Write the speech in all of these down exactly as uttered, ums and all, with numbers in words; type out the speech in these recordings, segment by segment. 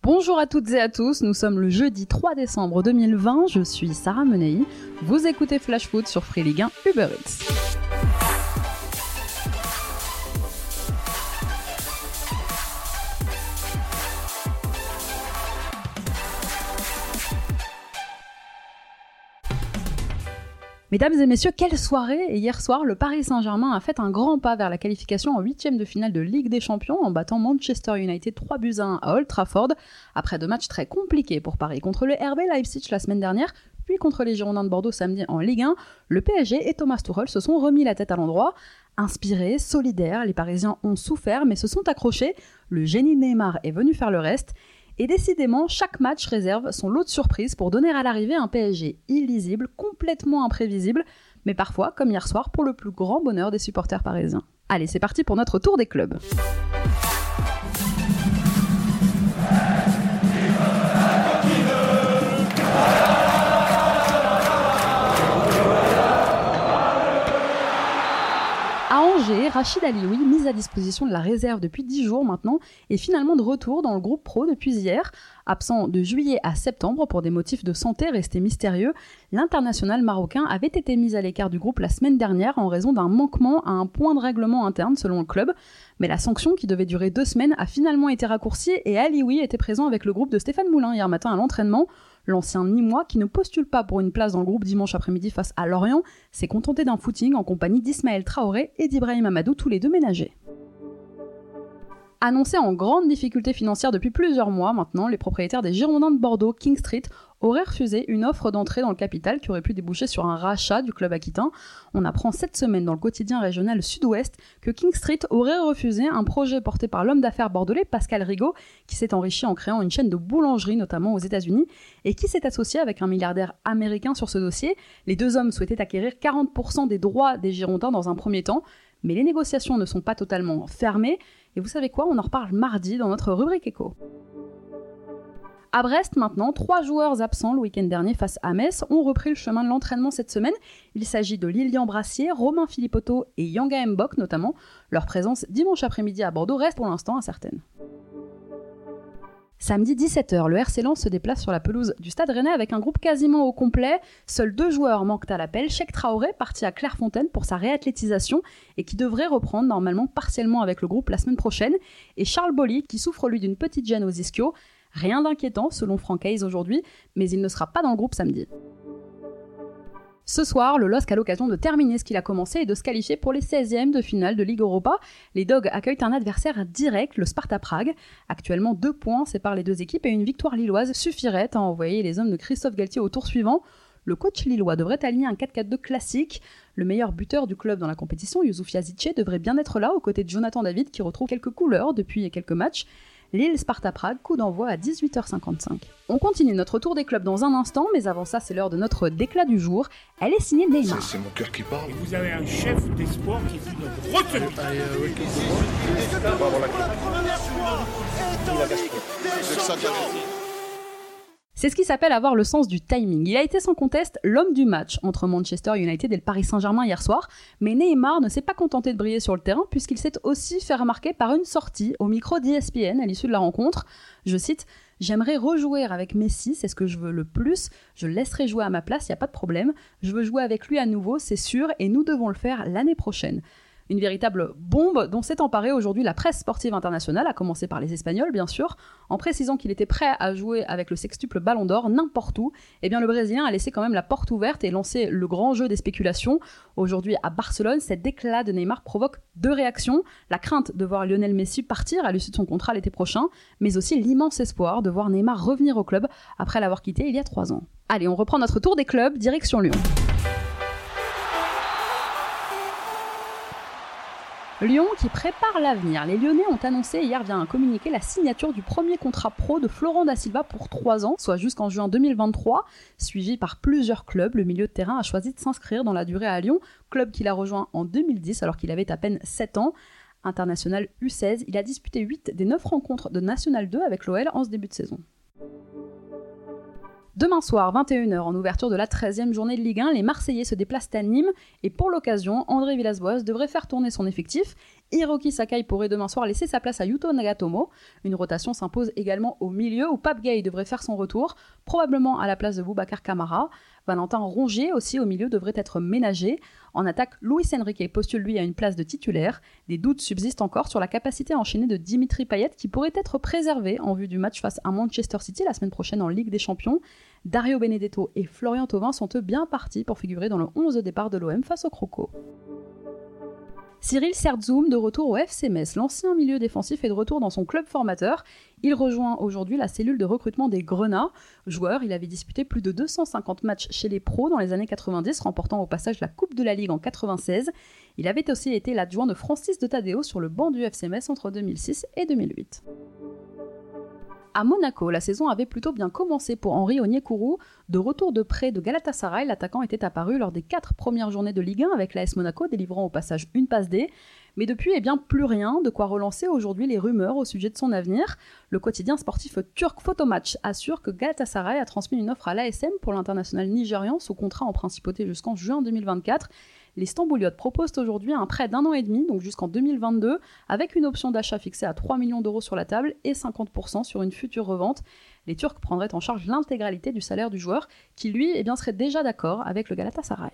Bonjour à toutes et à tous, nous sommes le jeudi trois décembre deux mille vingt, je suis Sarah Menei, vous écoutez Flash Foot sur Free Ligue un Uber Eats. Mesdames et messieurs, quelle soirée! Et hier soir, le Paris Saint-Germain a fait un grand pas vers la qualification en huitième de finale de Ligue des Champions en battant Manchester United trois buts à un à Old Trafford, après deux matchs très compliqués pour Paris contre le R B Leipzig la semaine dernière, puis contre les Girondins de Bordeaux samedi en Ligue un. Le P S G et Thomas Tuchel se sont remis la tête à l'endroit. Inspirés, solidaires, les Parisiens ont souffert mais se sont accrochés. Le génie Neymar est venu faire le reste. Et décidément, chaque match réserve son lot de surprises pour donner à l'arrivée un P S G illisible, complètement imprévisible, mais parfois, comme hier soir, pour le plus grand bonheur des supporters parisiens. Allez, c'est parti pour notre tour des clubs. À Angers, Rachid Alioui, mis à disposition de la réserve depuis dix jours maintenant, est finalement de retour dans le groupe pro depuis hier. Absent de juillet à septembre pour des motifs de santé restés mystérieux, l'international marocain avait été mis à l'écart du groupe la semaine dernière en raison d'un manquement à un point de règlement interne selon le club. Mais la sanction, qui devait durer deux semaines, a finalement été raccourcie et Alioui était présent avec le groupe de Stéphane Moulin hier matin à l'entraînement. L'ancien Nîmois, qui ne postule pas pour une place dans le groupe dimanche après-midi face à Lorient, s'est contenté d'un footing en compagnie d'Ismaël Traoré et d'Ibrahim Amadou, tous les deux ménagers. Annoncés en grande difficulté financière depuis plusieurs mois maintenant, les propriétaires des Girondins de Bordeaux, King Street, auraient refusé une offre d'entrée dans le capital qui aurait pu déboucher sur un rachat du club aquitain. On apprend cette semaine dans le quotidien régional Sud-Ouest que King Street aurait refusé un projet porté par l'homme d'affaires bordelais Pascal Rigaud, qui s'est enrichi en créant une chaîne de boulangerie notamment aux États-Unis et qui s'est associé avec un milliardaire américain sur ce dossier. Les deux hommes souhaitaient acquérir quarante pour cent des droits des Girondins dans un premier temps, mais les négociations ne sont pas totalement fermées. Et vous savez quoi, on en reparle mardi dans notre rubrique éco. À Brest maintenant, trois joueurs absents le week-end dernier face à Metz ont repris le chemin de l'entraînement cette semaine. Il s'agit de Lilian Brassier, Romain Philippotto et Yanga Mbok notamment. Leur présence dimanche après-midi à Bordeaux reste pour l'instant incertaine. Samedi dix-sept heures, le R C Lens se déplace sur la pelouse du Stade Rennais avec un groupe quasiment au complet. Seuls deux joueurs manquent à l'appel. Cheikh Traoré, parti à Clairefontaine pour sa réathlétisation et qui devrait reprendre normalement partiellement avec le groupe la semaine prochaine. Et Charles Bolly, qui souffre lui d'une petite gêne aux ischios. Rien d'inquiétant selon Franck Hayes aujourd'hui, mais il ne sera pas dans le groupe samedi. Ce soir, le L O S C a l'occasion de terminer ce qu'il a commencé et de se qualifier pour les seizièmes de finale de Ligue Europa. Les Dogs accueillent un adversaire direct, le Sparta Prague. Actuellement, deux points séparent les deux équipes et une victoire lilloise suffirait à envoyer les hommes de Christophe Galtier au tour suivant. Le coach lillois devrait aligner un quatre quatre deux classique. Le meilleur buteur du club dans la compétition, Youssouf Yazice, devrait bien être là aux côtés de Jonathan David qui retrouve quelques couleurs depuis quelques matchs. Lille-Sparta-Prague, coup d'envoi à dix-huit heures cinquante-cinq. On continue notre tour des clubs dans un instant, mais avant ça, c'est l'heure de notre déclat du jour. Elle est signée Neymar. C'est, c'est mon cœur qui parle. Et vous avez un chef d'espoir qui est une retenue. Allez, euh, oui, C'est ce qui s'appelle avoir le sens du timing. Il a été sans conteste l'homme du match entre Manchester United et le Paris Saint-Germain hier soir, mais Neymar ne s'est pas contenté de briller sur le terrain puisqu'il s'est aussi fait remarquer par une sortie au micro d'E S P N à l'issue de la rencontre. Je cite « J'aimerais rejouer avec Messi, c'est ce que je veux le plus, je le laisserai jouer à ma place, il n'y a pas de problème, je veux jouer avec lui à nouveau, c'est sûr, et nous devons le faire l'année prochaine ». Une véritable bombe dont s'est emparée aujourd'hui la presse sportive internationale, à commencer par les Espagnols bien sûr, en précisant qu'il était prêt à jouer avec le sextuple Ballon d'Or n'importe où. Eh bien le Brésilien a laissé quand même la porte ouverte et lancé le grand jeu des spéculations. Aujourd'hui à Barcelone, cet éclat de Neymar provoque deux réactions. La crainte de voir Lionel Messi partir à l'issue de son contrat l'été prochain, mais aussi l'immense espoir de voir Neymar revenir au club après l'avoir quitté il y a trois ans. Allez, on reprend notre tour des clubs, direction Lyon. Lyon qui prépare l'avenir. Les Lyonnais ont annoncé hier via un communiqué la signature du premier contrat pro de Florent Da Silva pour trois ans, soit jusqu'en juin deux mille vingt-trois. Suivi par plusieurs clubs, le milieu de terrain a choisi de s'inscrire dans la durée à Lyon, club qu'il a rejoint en deux mille dix alors qu'il avait à peine sept ans. International U seize, il a disputé huit des neuf rencontres de National deux avec l'O L en ce début de saison. Demain soir, vingt et une heures, en ouverture de la treizième journée de Ligue un, les Marseillais se déplacent à Nîmes et pour l'occasion, André Villas-Boas devrait faire tourner son effectif. Hiroki Sakai pourrait demain soir laisser sa place à Yuto Nagatomo. Une rotation s'impose également au milieu où Pape Gueye devrait faire son retour, probablement à la place de Boubacar Kamara. Valentin Rongier aussi au milieu devrait être ménagé. En attaque, Luis Enrique postule lui à une place de titulaire. Des doutes subsistent encore sur la capacité à enchaîner de Dimitri Payet qui pourrait être préservé en vue du match face à Manchester City la semaine prochaine en Ligue des Champions. Dario Benedetto et Florian Thauvin sont eux bien partis pour figurer dans le onze de départ de l'O M face au Crocos. Cyril Serzoum de retour au F C Metz. L'ancien milieu défensif est de retour dans son club formateur. Il rejoint aujourd'hui la cellule de recrutement des Grenats. Joueur, il avait disputé plus de deux cent cinquante matchs chez les pros dans les années quatre-vingt-dix, remportant au passage la Coupe de la Ligue en quatre-vingt-seize. Il avait aussi été l'adjoint de Francis de Tadeo sur le banc du F C Metz entre deux mille six et deux mille huit. À Monaco, la saison avait plutôt bien commencé pour Henri Onyekuru. De retour de prêt de Galatasaray, l'attaquant était apparu lors des quatre premières journées de Ligue un avec l'A S Monaco, délivrant au passage une passe D. Mais depuis, eh bien, plus rien, de quoi relancer aujourd'hui les rumeurs au sujet de son avenir. Le quotidien sportif turc Photomatch assure que Galatasaray a transmis une offre à l'A S M pour l'international nigérian sous contrat en principauté jusqu'en juin deux mille vingt-quatre. Les Stambouliotes proposent aujourd'hui un prêt d'un an et demi, donc jusqu'en deux mille vingt-deux, avec une option d'achat fixée à trois millions d'euros sur la table et cinquante pour cent sur une future revente. Les Turcs prendraient en charge l'intégralité du salaire du joueur, qui lui eh bien, serait déjà d'accord avec le Galatasaray.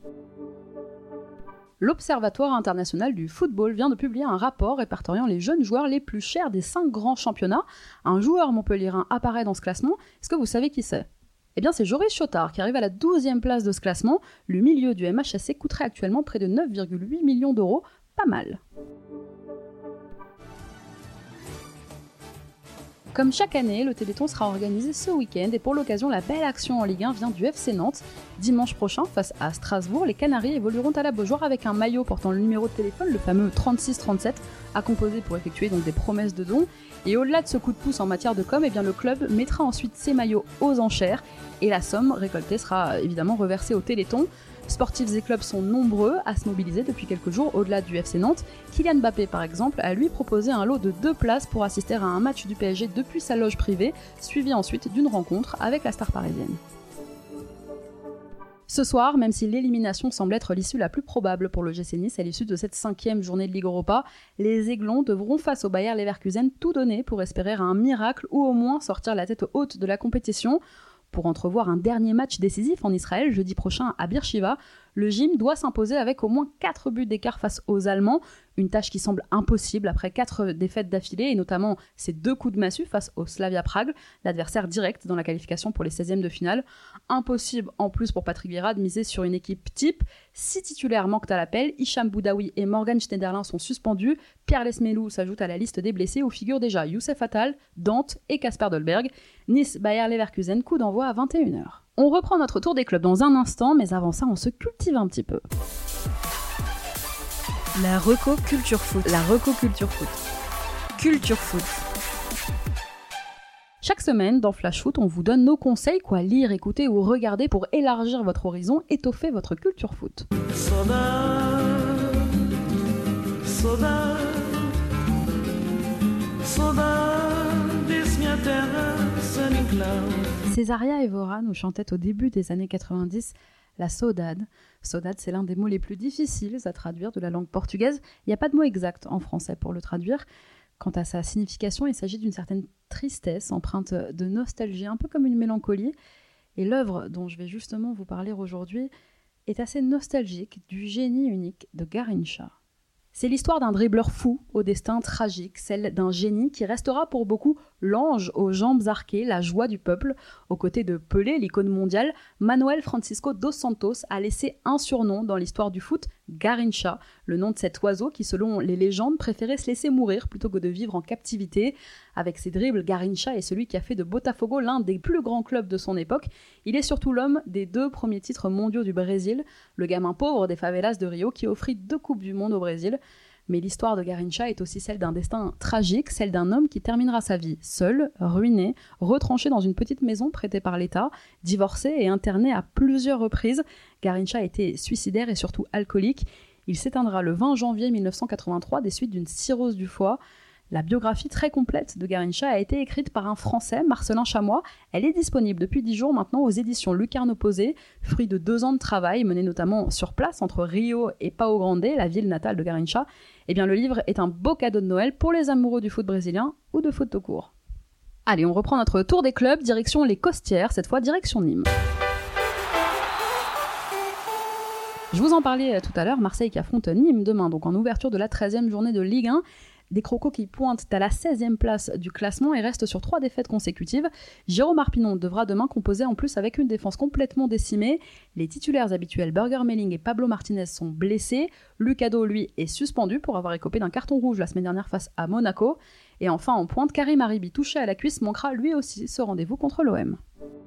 L'Observatoire international du football vient de publier un rapport répertoriant les jeunes joueurs les plus chers des cinq grands championnats. Un joueur montpelliérain apparaît dans ce classement. Est-ce que vous savez qui c'est ? Eh bien, c'est Joris Chotard qui arrive à la douzième place de ce classement. Le milieu du M H S C coûterait actuellement près de neuf virgule huit millions d'euros. Pas mal. Comme chaque année, le Téléthon sera organisé ce week-end et pour l'occasion, la belle action en Ligue un vient du F C Nantes. Dimanche prochain, face à Strasbourg, les Canaries évolueront à la Beaujoire avec un maillot portant le numéro de téléphone, le fameux trente-six trente-sept, à composer pour effectuer donc des promesses de dons. Et au-delà de ce coup de pouce en matière de com, eh bien, le club mettra ensuite ses maillots aux enchères et la somme récoltée sera évidemment reversée au Téléthon. Sportifs et clubs sont nombreux à se mobiliser depuis quelques jours au-delà du F C Nantes. Kylian Mbappé, par exemple, a lui proposé un lot de deux places pour assister à un match du P S G depuis sa loge privée, suivi ensuite d'une rencontre avec la star parisienne. Ce soir, même si l'élimination semble être l'issue la plus probable pour le G C Nice à l'issue de cette cinquième journée de Ligue Europa, les Aiglons devront face au Bayer Leverkusen tout donner pour espérer un miracle ou au moins sortir la tête haute de la compétition. Pour entrevoir un dernier match décisif en Israël jeudi prochain à Beersheva, le Gym doit s'imposer avec au moins quatre buts d'écart face aux Allemands, une tâche qui semble impossible après quatre défaites d'affilée et notamment ces deux coups de massue face au Slavia Prague, l'adversaire direct dans la qualification pour les seizièmes de finale. Impossible en plus pour Patrick Vieira de miser sur une équipe type. Six titulaires manquent à l'appel, Hicham Boudaoui et Morgan Schneiderlin sont suspendus, Pierre Lesmelou s'ajoute à la liste des blessés où figurent déjà Youssef Attal, Dante et Kasper Dolberg. Nice Bayer Leverkusen, coup d'envoi à vingt et une heures. On reprend notre tour des clubs dans un instant, mais avant ça, on se cultive un petit peu. La Reco Culture Foot. La Reco Culture Foot. Culture Foot. Chaque semaine, dans Flash Foot, on vous donne nos conseils, quoi lire, écouter ou regarder pour élargir votre horizon, étoffer votre culture foot. Saudade, saudade, saudade, minha terra, sem enclave. Césaria Évora nous chantait au début des années quatre-vingt-dix la saudade. Saudade, c'est l'un des mots les plus difficiles à traduire de la langue portugaise. Il n'y a pas de mot exact en français pour le traduire. Quant à sa signification, il s'agit d'une certaine tristesse, empreinte de nostalgie, un peu comme une mélancolie. Et l'œuvre dont je vais justement vous parler aujourd'hui est assez nostalgique du génie unique de Garrincha. C'est l'histoire d'un dribbleur fou au destin tragique, celle d'un génie qui restera pour beaucoup l'ange aux jambes arquées, la joie du peuple. Aux côtés de Pelé, l'icône mondiale, Manuel Francisco dos Santos a laissé un surnom dans l'histoire du foot, Garrincha, le nom de cet oiseau qui, selon les légendes, préférait se laisser mourir plutôt que de vivre en captivité. Avec ses dribbles, Garrincha est celui qui a fait de Botafogo l'un des plus grands clubs de son époque. Il est surtout l'homme des deux premiers titres mondiaux du Brésil, le gamin pauvre des favelas de Rio qui offrit deux coupes du monde au Brésil. Mais l'histoire de Garrincha est aussi celle d'un destin tragique, celle d'un homme qui terminera sa vie seul, ruiné, retranché dans une petite maison prêtée par l'État, divorcé et interné à plusieurs reprises. Garrincha était suicidaire et surtout alcoolique. Il s'éteindra le vingt janvier mille neuf cent quatre-vingt-trois des suites d'une cirrhose du foie. La biographie très complète de Garrincha a été écrite par un Français, Marcelin Chamois. Elle est disponible depuis dix jours maintenant aux éditions Lucarne Opposée, fruit de deux ans de travail mené notamment sur place entre Rio et Pau Grande, la ville natale de Garrincha. Eh bien, le livre est un beau cadeau de Noël pour les amoureux du foot brésilien ou de foot tout court. Allez, on reprend notre tour des clubs, direction les Costières, cette fois direction Nîmes. Je vous en parlais tout à l'heure, Marseille qui affronte Nîmes demain, donc en ouverture de la treizième journée de Ligue un. Des Crocos qui pointent à la seizième place du classement et restent sur trois défaites consécutives. Jérôme Arpinon devra demain composer en plus avec une défense complètement décimée. Les titulaires habituels Burger Melling et Pablo Martinez sont blessés. Lucado, lui, est suspendu pour avoir écopé d'un carton rouge la semaine dernière face à Monaco. Et enfin, en pointe, Karim Aribi, touché à la cuisse, manquera lui aussi ce rendez-vous contre l'O M.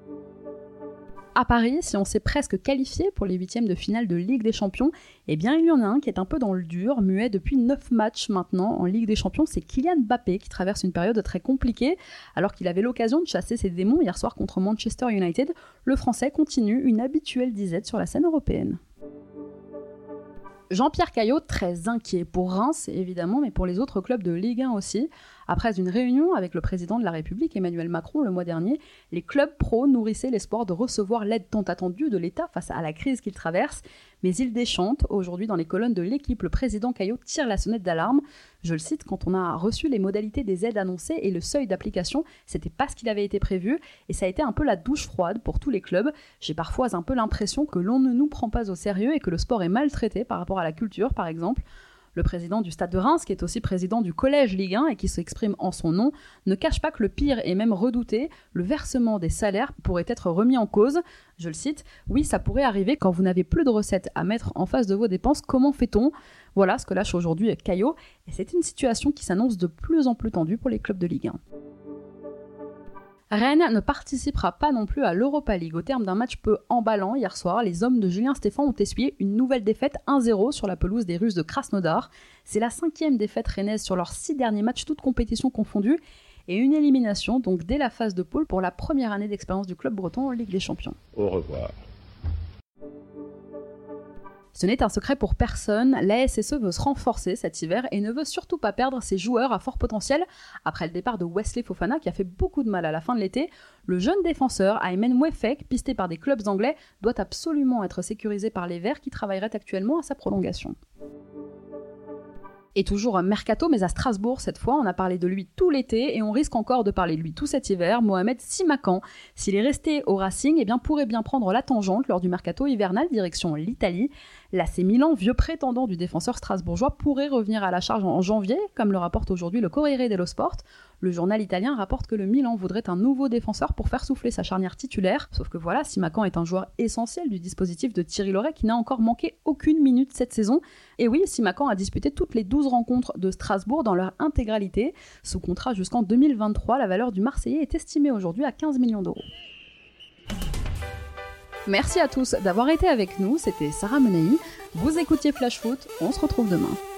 À Paris, si on s'est presque qualifié pour les huitièmes de finale de Ligue des Champions, eh bien il y en a un qui est un peu dans le dur, muet depuis neuf matchs maintenant en Ligue des Champions, c'est Kylian Mbappé qui traverse une période très compliquée. Alors qu'il avait l'occasion de chasser ses démons hier soir contre Manchester United, le Français continue une habituelle disette sur la scène européenne. Jean-Pierre Caillot, très inquiet pour Reims évidemment, mais pour les autres clubs de Ligue un aussi. Après une réunion avec le président de la République, Emmanuel Macron, le mois dernier, les clubs pro nourrissaient l'espoir de recevoir l'aide tant attendue de l'État face à la crise qu'ils traversent. Mais ils déchantent. Aujourd'hui, dans les colonnes de l'Équipe, le président Caillot tire la sonnette d'alarme. Je le cite, quand on a reçu les modalités des aides annoncées et le seuil d'application, c'était pas ce qu'il avait été prévu et ça a été un peu la douche froide pour tous les clubs. J'ai parfois un peu l'impression que l'on ne nous prend pas au sérieux et que le sport est maltraité par rapport à la culture, par exemple. Le président du Stade de Reims, qui est aussi président du Collège Ligue un et qui s'exprime en son nom, ne cache pas que le pire est même redouté, le versement des salaires pourrait être remis en cause. Je le cite, « Oui, ça pourrait arriver quand vous n'avez plus de recettes à mettre en face de vos dépenses, comment fait-on ?» Voilà ce que lâche aujourd'hui Caillot, et c'est une situation qui s'annonce de plus en plus tendue pour les clubs de Ligue un. Rennes ne participera pas non plus à l'Europa League. Au terme d'un match peu emballant hier soir, les hommes de Julien Stéphan ont essuyé une nouvelle défaite un zéro sur la pelouse des Russes de Krasnodar. C'est la cinquième défaite rennaise sur leurs six derniers matchs, toutes compétitions confondues, et une élimination donc dès la phase de poule pour la première année d'expérience du club breton en Ligue des Champions. Au revoir. Ce n'est un secret pour personne, l'A S S E veut se renforcer cet hiver et ne veut surtout pas perdre ses joueurs à fort potentiel. Après le départ de Wesley Fofana qui a fait beaucoup de mal à la fin de l'été, le jeune défenseur Aymen Mouefek, pisté par des clubs anglais, doit absolument être sécurisé par les Verts qui travailleraient actuellement à sa prolongation. Et toujours mercato, mais à Strasbourg cette fois, on a parlé de lui tout l'été et on risque encore de parler de lui tout cet hiver. Mohamed Simakan, s'il est resté au Racing, eh bien pourrait bien prendre la tangente lors du mercato hivernal direction l'Italie. L'A C Milan, vieux prétendant du défenseur strasbourgeois, pourrait revenir à la charge en janvier, comme le rapporte aujourd'hui le Corriere dello Sport. Le journal italien rapporte que le Milan voudrait un nouveau défenseur pour faire souffler sa charnière titulaire. Sauf que voilà, Simakan est un joueur essentiel du dispositif de Thierry Loret qui n'a encore manqué aucune minute cette saison. Et oui, Simakan a disputé toutes les douze rencontres de Strasbourg dans leur intégralité. Sous contrat jusqu'en deux mille vingt-trois, la valeur du Marseillais est estimée aujourd'hui à quinze millions d'euros. Merci à tous d'avoir été avec nous, c'était Sarah Menei. Vous écoutiez Flash Foot, on se retrouve demain.